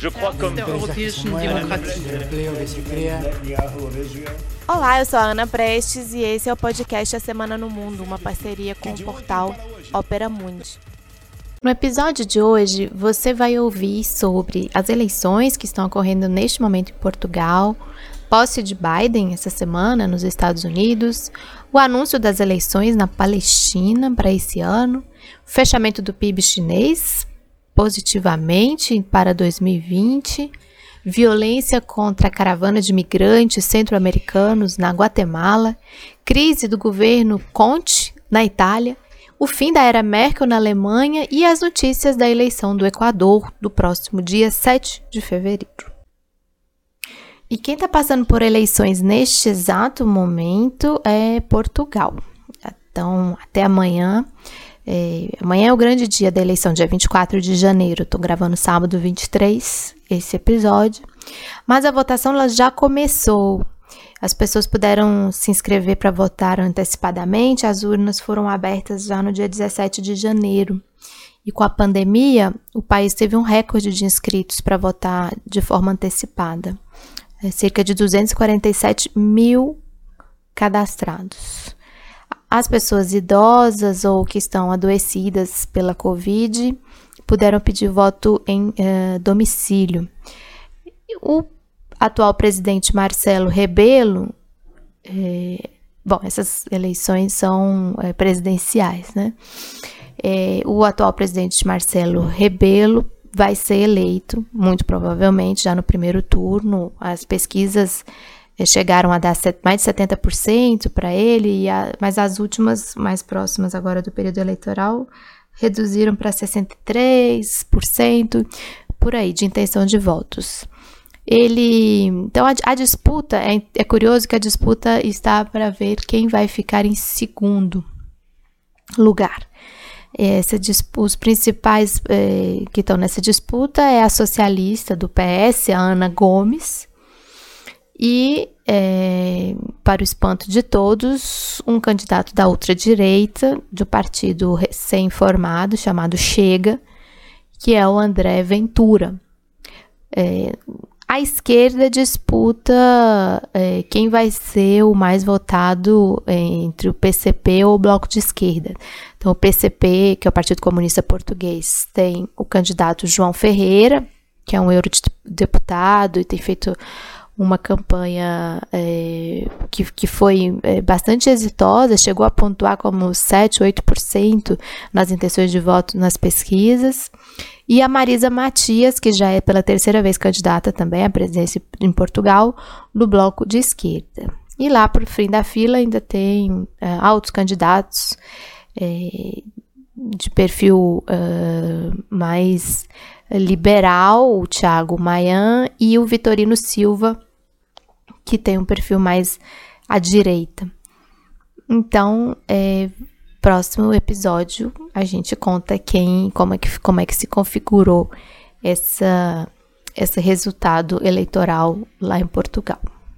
der europäischen Demokratie. Olá, eu sou a Ana Prestes e esse é o podcast A Semana no Mundo, uma parceria com o portal Opera Mundi. No episódio de hoje, você vai ouvir sobre as eleições que estão ocorrendo neste momento em Portugal, posse de Biden essa semana nos Estados Unidos, o anúncio das eleições na Palestina para esse ano, o fechamento do PIB chinês positivamente para 2020, violência contra a caravana de migrantes centro-americanos na Guatemala, crise do governo Conte na Itália, o fim da era Merkel na Alemanha e as notícias da eleição do Equador do próximo dia 7 de fevereiro. E quem está passando por eleições neste exato momento é Portugal. Então, até amanhã. Amanhã é o grande dia da eleição, dia 24 de janeiro. Estou gravando sábado 23, esse episódio. Mas a votação ela já começou. As pessoas puderam se inscrever para votar antecipadamente. As urnas foram abertas já no dia 17 de janeiro. E com a pandemia, o país teve um recorde de inscritos para votar de forma antecipada. Cerca de 247 mil cadastrados. As pessoas idosas ou que estão adoecidas pela Covid puderam pedir voto em domicílio. O atual presidente Marcelo Rebelo, essas eleições são presidenciais, né? O atual presidente Marcelo Rebelo vai ser eleito, muito provavelmente, já no primeiro turno. As pesquisas chegaram a dar mais de 70% para ele, mas as últimas, mais próximas agora do período eleitoral, reduziram para 63%, por aí, de intenção de votos. Então, a disputa, é curioso que a disputa está para ver quem vai ficar em segundo lugar. Os principais que estão nessa disputa é a socialista do PS, a Ana Gomes, e, para o espanto de todos, um candidato da ultradireita, do partido recém-formado, chamado Chega, que é o André Ventura. A esquerda disputa quem vai ser o mais votado entre o PCP ou o Bloco de Esquerda. Então, o PCP, que é o Partido Comunista Português, tem o candidato João Ferreira, que é um eurodeputado e tem feito uma campanha que foi bastante exitosa, chegou a pontuar como 7, 8% nas intenções de voto nas pesquisas. E a Marisa Matias, que já é pela terceira vez candidata também à presidência em Portugal, do Bloco de Esquerda. E lá para o fim da fila ainda tem altos candidatos de perfil mais liberal, o Thiago Maia e o Vitorino Silva, que tem um perfil mais à direita. Então, próximo episódio a gente conta como é que se configurou esse resultado eleitoral lá em Portugal.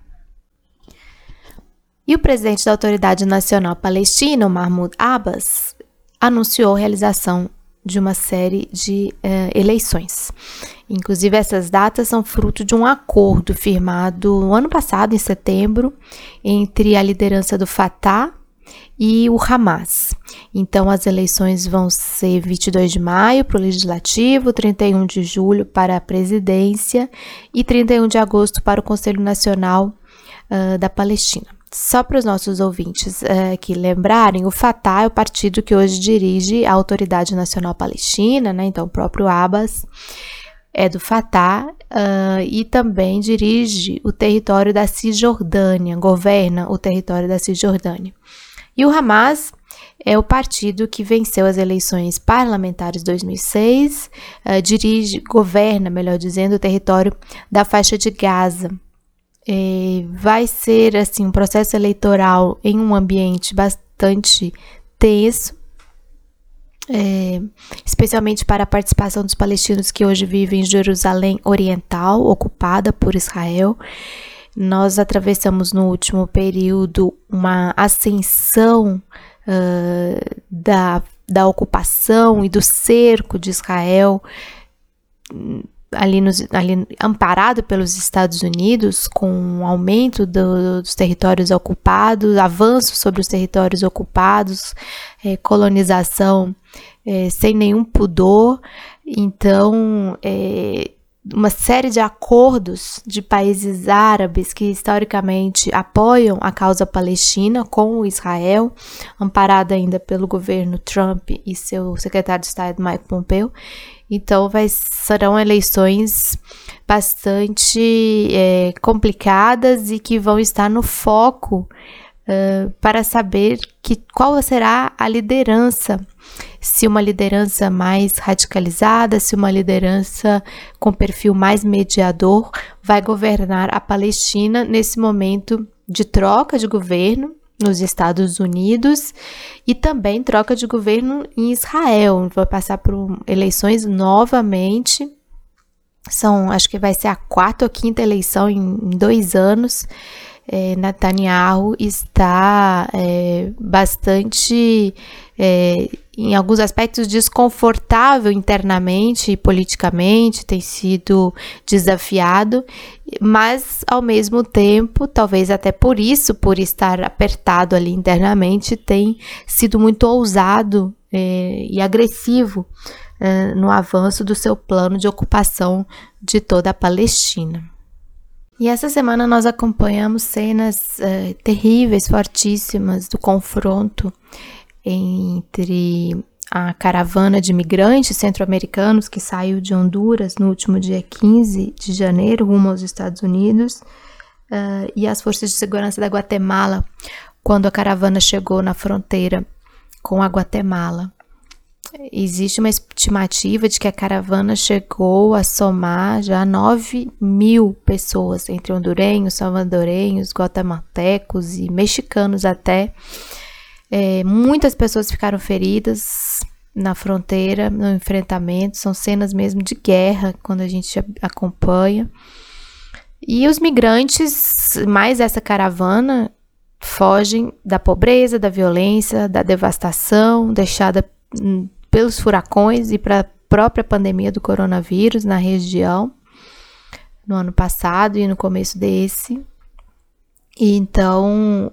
E o presidente da Autoridade Nacional Palestina, Mahmoud Abbas, anunciou a realização de uma série de eleições. Inclusive, essas datas são fruto de um acordo firmado no ano passado, em setembro, entre a liderança do Fatah e o Hamas. Então, as eleições vão ser 22 de maio para o Legislativo, 31 de julho para a Presidência e 31 de agosto para o Conselho Nacional da Palestina. Só para os nossos ouvintes aqui lembrarem, o Fatah é o partido que hoje dirige a Autoridade Nacional Palestina, né? Então o próprio Abbas é do Fatah e também dirige o território da Cisjordânia, governa o território da Cisjordânia. E o Hamas é o partido que venceu as eleições parlamentares de 2006, governa, melhor dizendo, o território da faixa de Gaza. Vai ser assim, um processo eleitoral em um ambiente bastante tenso, especialmente para a participação dos palestinos que hoje vivem em Jerusalém Oriental, ocupada por Israel. Nós atravessamos no último período uma ascensão da ocupação e do cerco de Israel ali amparado pelos Estados Unidos, com o aumento dos territórios ocupados, avanço sobre os territórios ocupados, colonização sem nenhum pudor. Então, uma série de acordos de países árabes que historicamente apoiam a causa palestina com o Israel, amparada ainda pelo governo Trump e seu secretário de Estado Mike Pompeo. Então serão eleições bastante complicadas e que vão estar no foco para saber qual será a liderança, se uma liderança mais radicalizada, se uma liderança com perfil mais mediador vai governar a Palestina nesse momento de troca de governo nos Estados Unidos e também troca de governo em Israel. Vai passar por eleições novamente. Acho que vai ser a 4ª ou 5ª eleição em 2 anos. Netanyahu está bastante, em alguns aspectos, desconfortável internamente e politicamente, tem sido desafiado, mas ao mesmo tempo, talvez até por isso, por estar apertado ali internamente, tem sido muito ousado e agressivo no avanço do seu plano de ocupação de toda a Palestina. E essa semana nós acompanhamos cenas terríveis, fortíssimas, do confronto entre a caravana de imigrantes centro-americanos que saiu de Honduras no último dia 15 de janeiro, rumo aos Estados Unidos, e as forças de segurança da Guatemala, quando a caravana chegou na fronteira com a Guatemala. Existe uma estimativa de que a caravana chegou a somar já 9.000 pessoas, entre hondurenhos, salvadorenhos, guatemaltecos e mexicanos até. Muitas pessoas ficaram feridas na fronteira, no enfrentamento. São cenas mesmo de guerra quando a gente acompanha. E os migrantes, mais essa caravana, fogem da pobreza, da violência, da devastação deixada pelos furacões e para a própria pandemia do coronavírus na região, no ano passado e no começo desse. E então,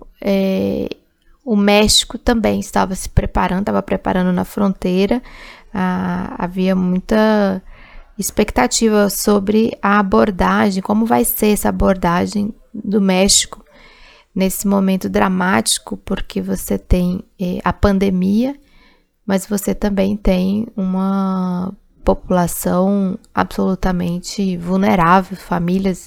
o México também estava preparando na fronteira. Havia muita expectativa sobre a abordagem, como vai ser essa abordagem do México nesse momento dramático, porque você tem a pandemia, mas você também tem uma população absolutamente vulnerável, famílias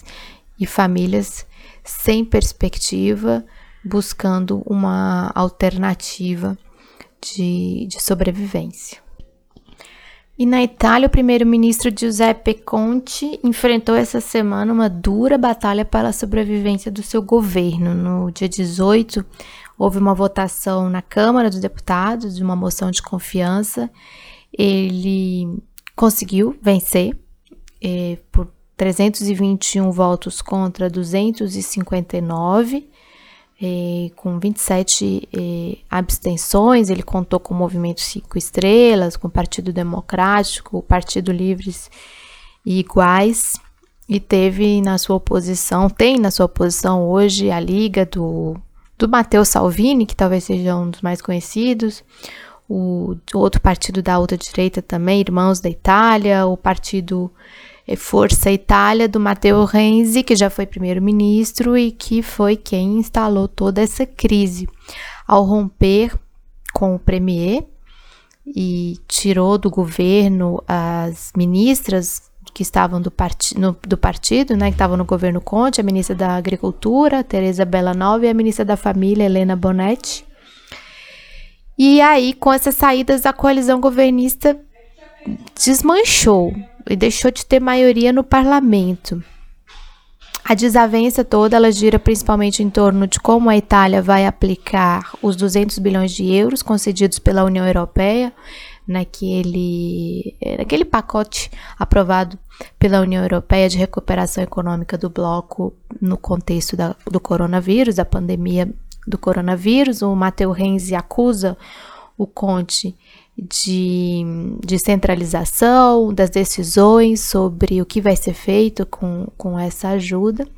sem perspectiva, buscando uma alternativa de sobrevivência. E na Itália, o primeiro-ministro Giuseppe Conte enfrentou essa semana uma dura batalha pela sobrevivência do seu governo. No dia 18, houve uma votação na Câmara dos Deputados de uma moção de confiança. Ele conseguiu vencer por 321 votos contra 259, com 27 abstenções. Ele contou com o Movimento 5 Estrelas, com o Partido Democrático, o Partido Livres e Iguais, e tem na sua oposição hoje a Liga do Matteo Salvini, que talvez seja um dos mais conhecidos, o outro partido da outra direita também, Irmãos da Itália, o partido Força Itália do Matteo Renzi, que já foi primeiro-ministro e que foi quem instalou toda essa crise, ao romper com o premier e tirou do governo as ministras que estavam do partido, né, que estavam no governo Conte, a ministra da Agricultura, Teresa Bellanova, e a ministra da Família, Helena Bonetti. E aí, com essas saídas, a coalizão governista desmanchou e deixou de ter maioria no parlamento. A desavença toda, ela gira principalmente em torno de como a Itália vai aplicar os 200 bilhões de euros concedidos pela União Europeia, naquele pacote aprovado pela União Europeia de recuperação econômica do bloco no contexto do coronavírus, da pandemia do coronavírus. O Matteo Renzi acusa o Conte de centralização das decisões sobre o que vai ser feito com essa ajuda.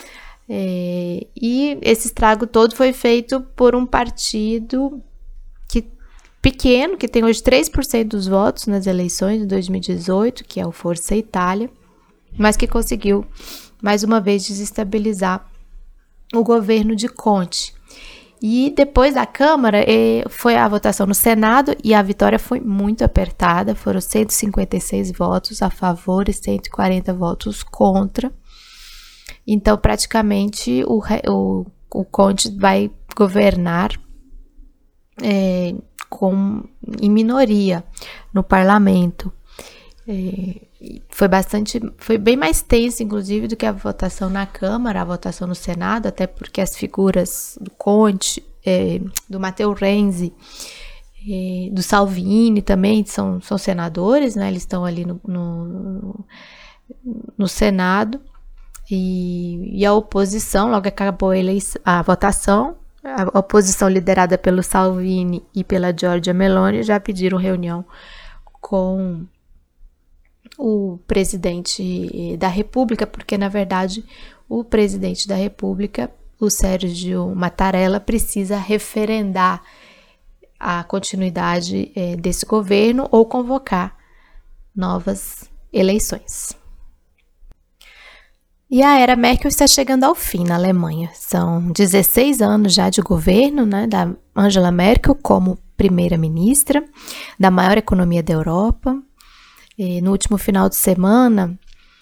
E esse estrago todo foi feito por um partido pequeno, que tem hoje 3% dos votos nas eleições de 2018, que é o Força Itália, mas que conseguiu, mais uma vez, desestabilizar o governo de Conte. E depois da Câmara, foi a votação no Senado e a vitória foi muito apertada, foram 156 votos a favor e 140 votos contra. Então, praticamente, o Conte vai governar em minoria no parlamento. Foi bem mais tenso, inclusive, do que a votação na Câmara, a votação no Senado, até porque as figuras do Conte, do Matteo Renzi, do Salvini também são senadores, né? Eles estão ali no Senado, e a oposição, logo acabou a votação, a oposição liderada pelo Salvini e pela Giorgia Meloni já pediram reunião com o presidente da República, porque, na verdade, o presidente da República, o Sérgio Mattarella, precisa referendar a continuidade desse governo ou convocar novas eleições. E a era Merkel está chegando ao fim na Alemanha. São 16 anos já de governo, né, da Angela Merkel como primeira-ministra da maior economia da Europa. No último final de semana,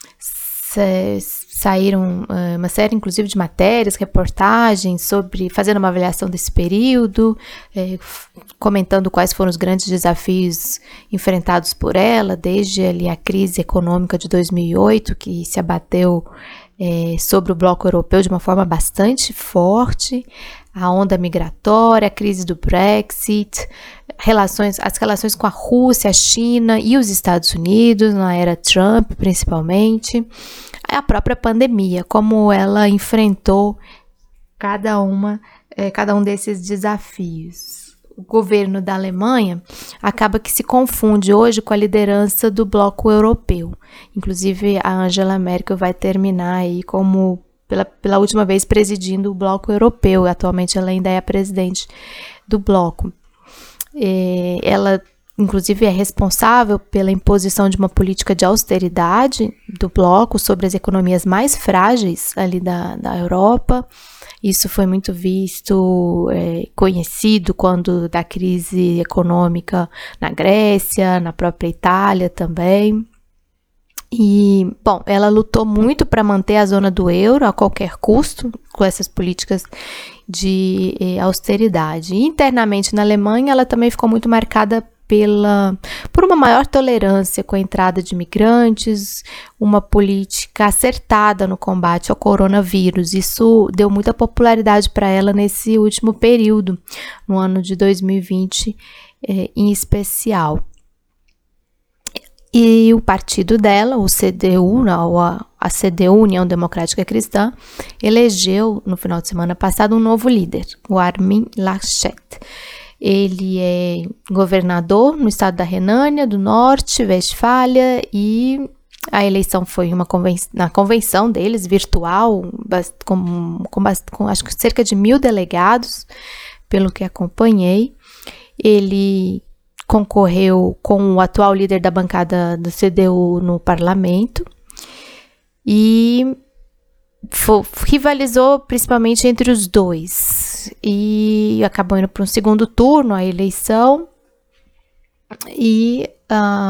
saíram uma série, inclusive, de matérias, reportagens fazendo uma avaliação desse período, comentando quais foram os grandes desafios enfrentados por ela, desde ali a crise econômica de 2008, que se abateu sobre o bloco europeu de uma forma bastante forte, a onda migratória, a crise do Brexit, as relações com a Rússia, a China e os Estados Unidos, na era Trump principalmente, a própria pandemia, como ela enfrentou cada um desses desafios. O governo da Alemanha acaba que se confunde hoje com a liderança do bloco europeu. Inclusive, a Angela Merkel vai terminar aí como pela última vez presidindo o bloco europeu. Atualmente ela ainda é a presidente do bloco. Ela, inclusive, é responsável pela imposição de uma política de austeridade do bloco sobre as economias mais frágeis ali da Europa. Isso foi muito visto, conhecido quando da crise econômica na Grécia, na própria Itália também. E, bom, ela lutou muito para manter a zona do euro a qualquer custo, com essas políticas de austeridade. E, internamente na Alemanha, ela também ficou muito marcada por uma maior tolerância com a entrada de imigrantes, uma política acertada no combate ao coronavírus. Isso deu muita popularidade para ela nesse último período, no ano de 2020 em especial. E o partido dela, o CDU, a CDU, União Democrática Cristã, elegeu no final de semana passado um novo líder, o Armin Laschet. Ele é governador no estado da Renânia do Norte, Westfália, e a eleição foi na convenção deles, virtual, com acho que cerca de 1.000 delegados, pelo que acompanhei. Ele concorreu com o atual líder da bancada do CDU no parlamento e rivalizou principalmente entre os dois e acabou indo para um segundo turno a eleição, e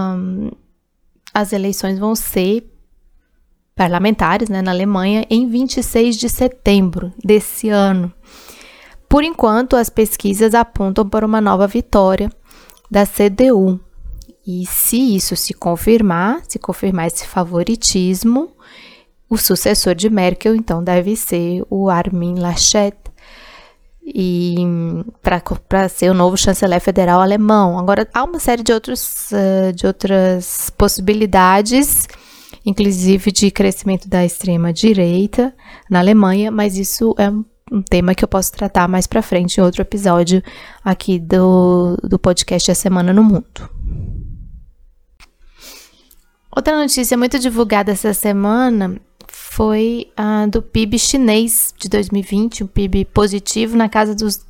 as eleições vão ser parlamentares, né, na Alemanha em 26 de setembro desse ano. Por enquanto, as pesquisas apontam para uma nova vitória da CDU. E se isso se confirmar esse favoritismo, o sucessor de Merkel, então, deve ser o Armin Laschet, e para ser o novo chanceler federal alemão. Agora, há uma série de outras possibilidades, inclusive de crescimento da extrema-direita na Alemanha, mas isso é um tema que eu posso tratar mais pra frente em outro episódio aqui do podcast A Semana no Mundo. Outra notícia muito divulgada essa semana foi a do PIB chinês de 2020, um PIB positivo na casa dos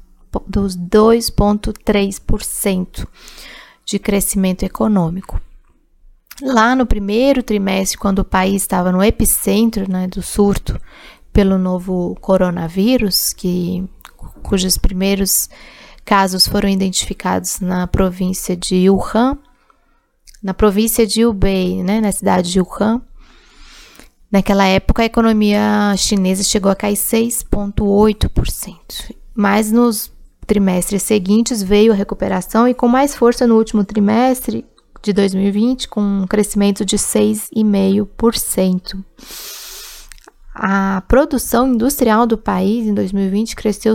2,3% de crescimento econômico. Lá no primeiro trimestre, quando o país estava no epicentro, né, do surto pelo novo coronavírus, cujos primeiros casos foram identificados na província de Wuhan, na província de Hubei, né, na cidade de Wuhan. Naquela época, a economia chinesa chegou a cair 6,8%. Mas nos trimestres seguintes veio a recuperação e com mais força no último trimestre de 2020, com um crescimento de 6,5%. A produção industrial do país em 2020 cresceu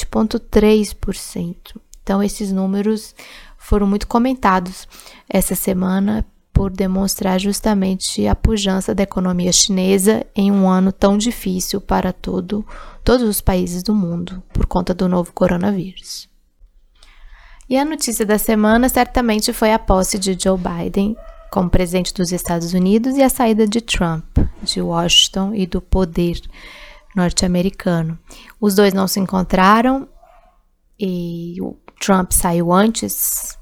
7,3%. Então, esses números foram muito comentados essa semana por demonstrar justamente a pujança da economia chinesa em um ano tão difícil para todos os países do mundo por conta do novo coronavírus. E a notícia da semana certamente foi a posse de Joe Biden como presidente dos Estados Unidos e a saída de Trump, de Washington e do poder norte-americano. Os dois não se encontraram e o Trump saiu antes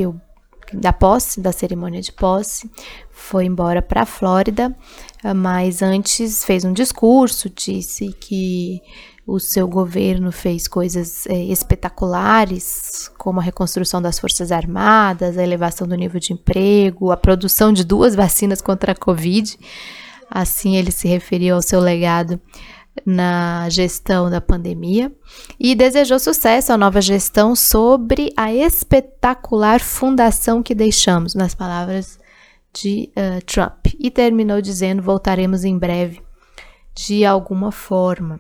da cerimônia de posse, foi embora para a Flórida, mas antes fez um discurso, disse que o seu governo fez coisas espetaculares, como a reconstrução das Forças Armadas, a elevação do nível de emprego, a produção de 2 vacinas contra a Covid. Assim ele se referiu ao seu legado na gestão da pandemia e desejou sucesso à nova gestão sobre a espetacular fundação que deixamos, nas palavras de Trump. E terminou dizendo: voltaremos em breve de alguma forma.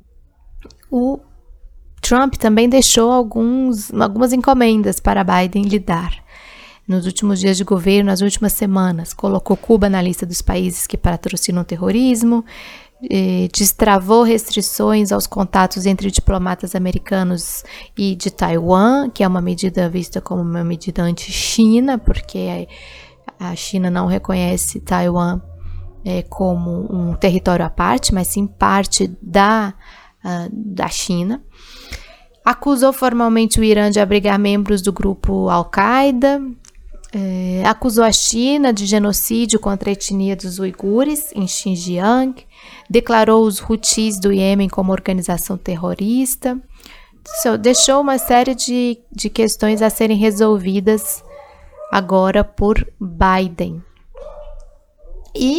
O Trump também deixou algumas encomendas para Biden lidar. Nos últimos dias de governo, nas últimas semanas, colocou Cuba na lista dos países que patrocinam o terrorismo, destravou restrições aos contatos entre diplomatas americanos e de Taiwan, que é uma medida vista como uma medida anti-China, porque a China não reconhece Taiwan como um território à parte, mas sim parte da China. Acusou formalmente o Irã de abrigar membros do grupo Al-Qaeda, acusou a China de genocídio contra a etnia dos uigures em Xinjiang, declarou os Houthis do Iêmen como organização terrorista, deixou uma série de questões a serem resolvidas agora por Biden. E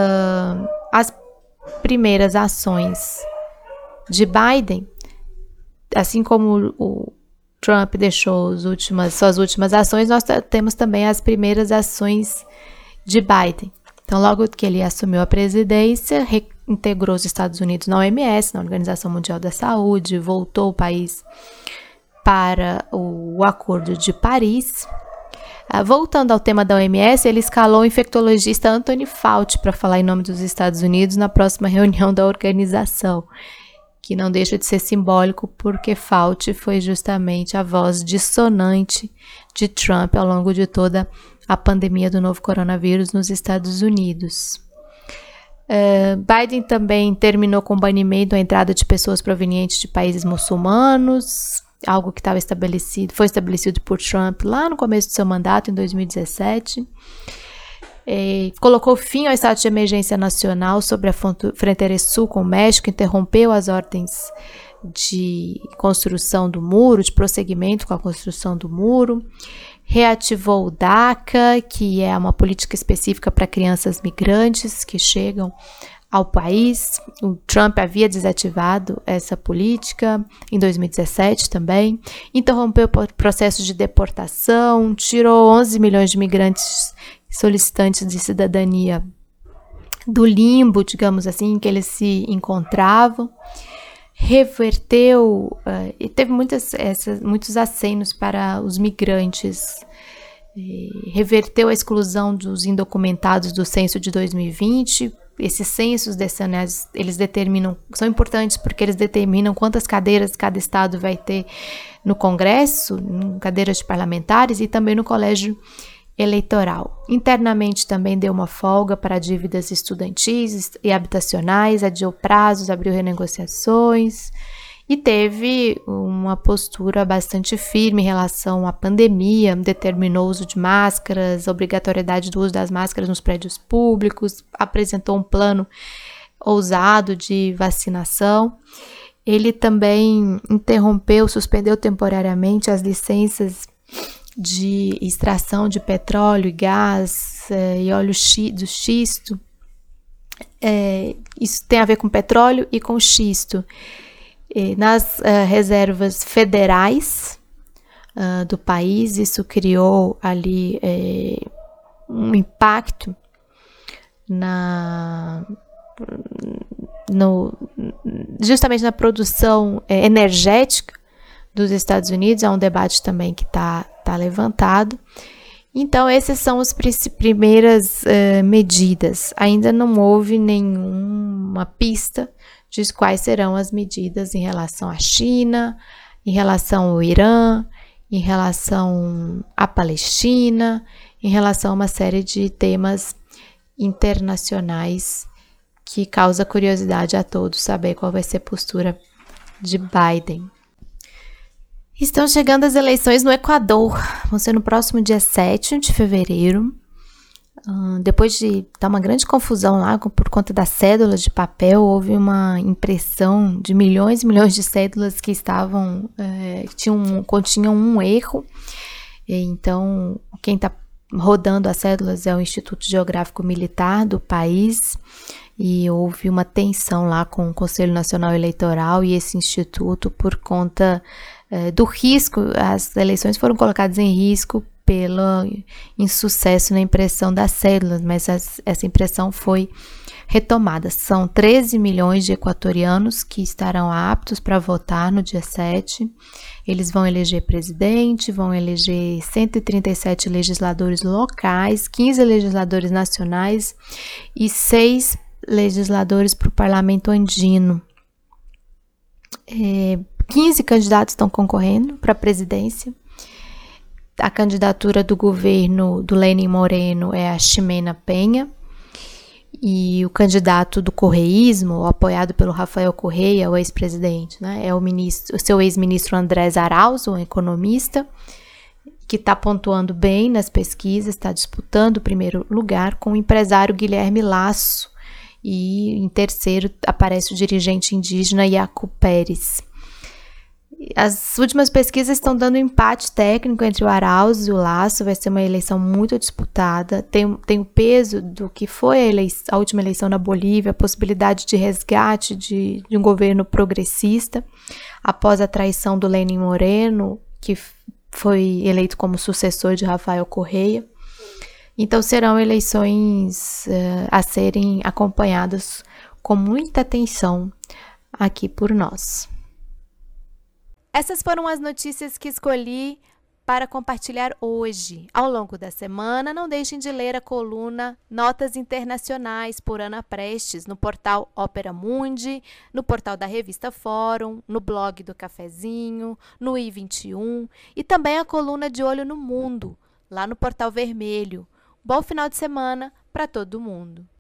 as primeiras ações de Biden, assim como o Trump deixou suas últimas ações, nós temos também as primeiras ações de Biden. Então, logo que ele assumiu a presidência, reintegrou os Estados Unidos na OMS, na Organização Mundial da Saúde, voltou o país para o Acordo de Paris. Voltando ao tema da OMS, ele escalou o infectologista Anthony Fauci para falar em nome dos Estados Unidos na próxima reunião da organização, que não deixa de ser simbólico porque Fauci foi justamente a voz dissonante de Trump ao longo de toda a pandemia do novo coronavírus nos Estados Unidos. Biden também terminou com o banimento à entrada de pessoas provenientes de países muçulmanos, algo que foi estabelecido por Trump lá no começo do seu mandato, em 2017. Colocou fim ao estado de emergência nacional sobre a fronteira sul com o México, interrompeu as ordens de construção do muro, de prosseguimento com a construção do muro, reativou o DACA, que é uma política específica para crianças migrantes que chegam ao país. O Trump havia desativado essa política em 2017 também, interrompeu o processo de deportação, tirou 11 milhões de migrantes solicitantes de cidadania do limbo, digamos assim, em que eles se encontravam, reverteu e teve muitos acenos para os migrantes, reverteu a exclusão dos indocumentados do censo de 2020, esses censos decenais, eles são importantes porque eles determinam quantas cadeiras cada estado vai ter no Congresso, cadeiras de parlamentares e também no colégio eleitoral. Internamente também deu uma folga para dívidas estudantis e habitacionais, adiou prazos, abriu renegociações e teve uma postura bastante firme em relação à pandemia, determinou o uso de máscaras, obrigatoriedade do uso das máscaras nos prédios públicos, apresentou um plano ousado de vacinação. Ele também suspendeu temporariamente as licenças de extração de petróleo e gás e óleo do xisto. Isso tem a ver com petróleo e com xisto. Nas reservas federais do país, isso criou ali um impacto justamente na produção energética dos Estados Unidos. É um debate também que está levantado. Então, essas são as primeiras medidas. Ainda não houve nenhuma pista de quais serão as medidas em relação à China, em relação ao Irã, em relação à Palestina, em relação a uma série de temas internacionais que causa curiosidade a todos saber qual vai ser a postura de Biden. Estão chegando as eleições no Equador, vão ser no próximo dia 7 de fevereiro. Depois de dar uma grande confusão lá por conta das cédulas de papel, houve uma impressão de milhões e milhões de cédulas que continham um erro. Então, quem está rodando as cédulas é o Instituto Geográfico Militar do país, e houve uma tensão lá com o Conselho Nacional Eleitoral e esse instituto por conta do risco. As eleições foram colocadas em risco pelo insucesso na impressão das cédulas, mas essa impressão foi retomada. São 13 milhões de equatorianos que estarão aptos para votar no dia 7. Eles vão eleger presidente, vão eleger 137 legisladores locais, 15 legisladores nacionais e 6 legisladores para o parlamento andino. 15 candidatos estão concorrendo para a presidência. A candidatura do governo do Lenin Moreno é a Ximena Penha, e o candidato do correísmo, apoiado pelo Rafael Correia, o ex-presidente, né, é o seu ex-ministro Andrés Arauz, um economista, que está pontuando bem nas pesquisas, está disputando o primeiro lugar com o empresário Guilherme Lasso, e em terceiro aparece o dirigente indígena Yacu Pérez. As últimas pesquisas estão dando empate técnico entre o Arauz e o Lasso. Vai ser uma eleição muito disputada. Tem o peso do que foi a última eleição na Bolívia, a possibilidade de resgate de um governo progressista após a traição do Lenin Moreno, que foi eleito como sucessor de Rafael Correia. Então serão eleições a serem acompanhadas com muita atenção aqui por nós. Essas foram as notícias que escolhi para compartilhar hoje. Ao longo da semana, não deixem de ler a coluna Notas Internacionais por Ana Prestes no portal Opera Mundi, no portal da revista Fórum, no blog do Cafezinho, no i21 e também a coluna De Olho no Mundo, lá no Portal Vermelho. Bom final de semana para todo mundo!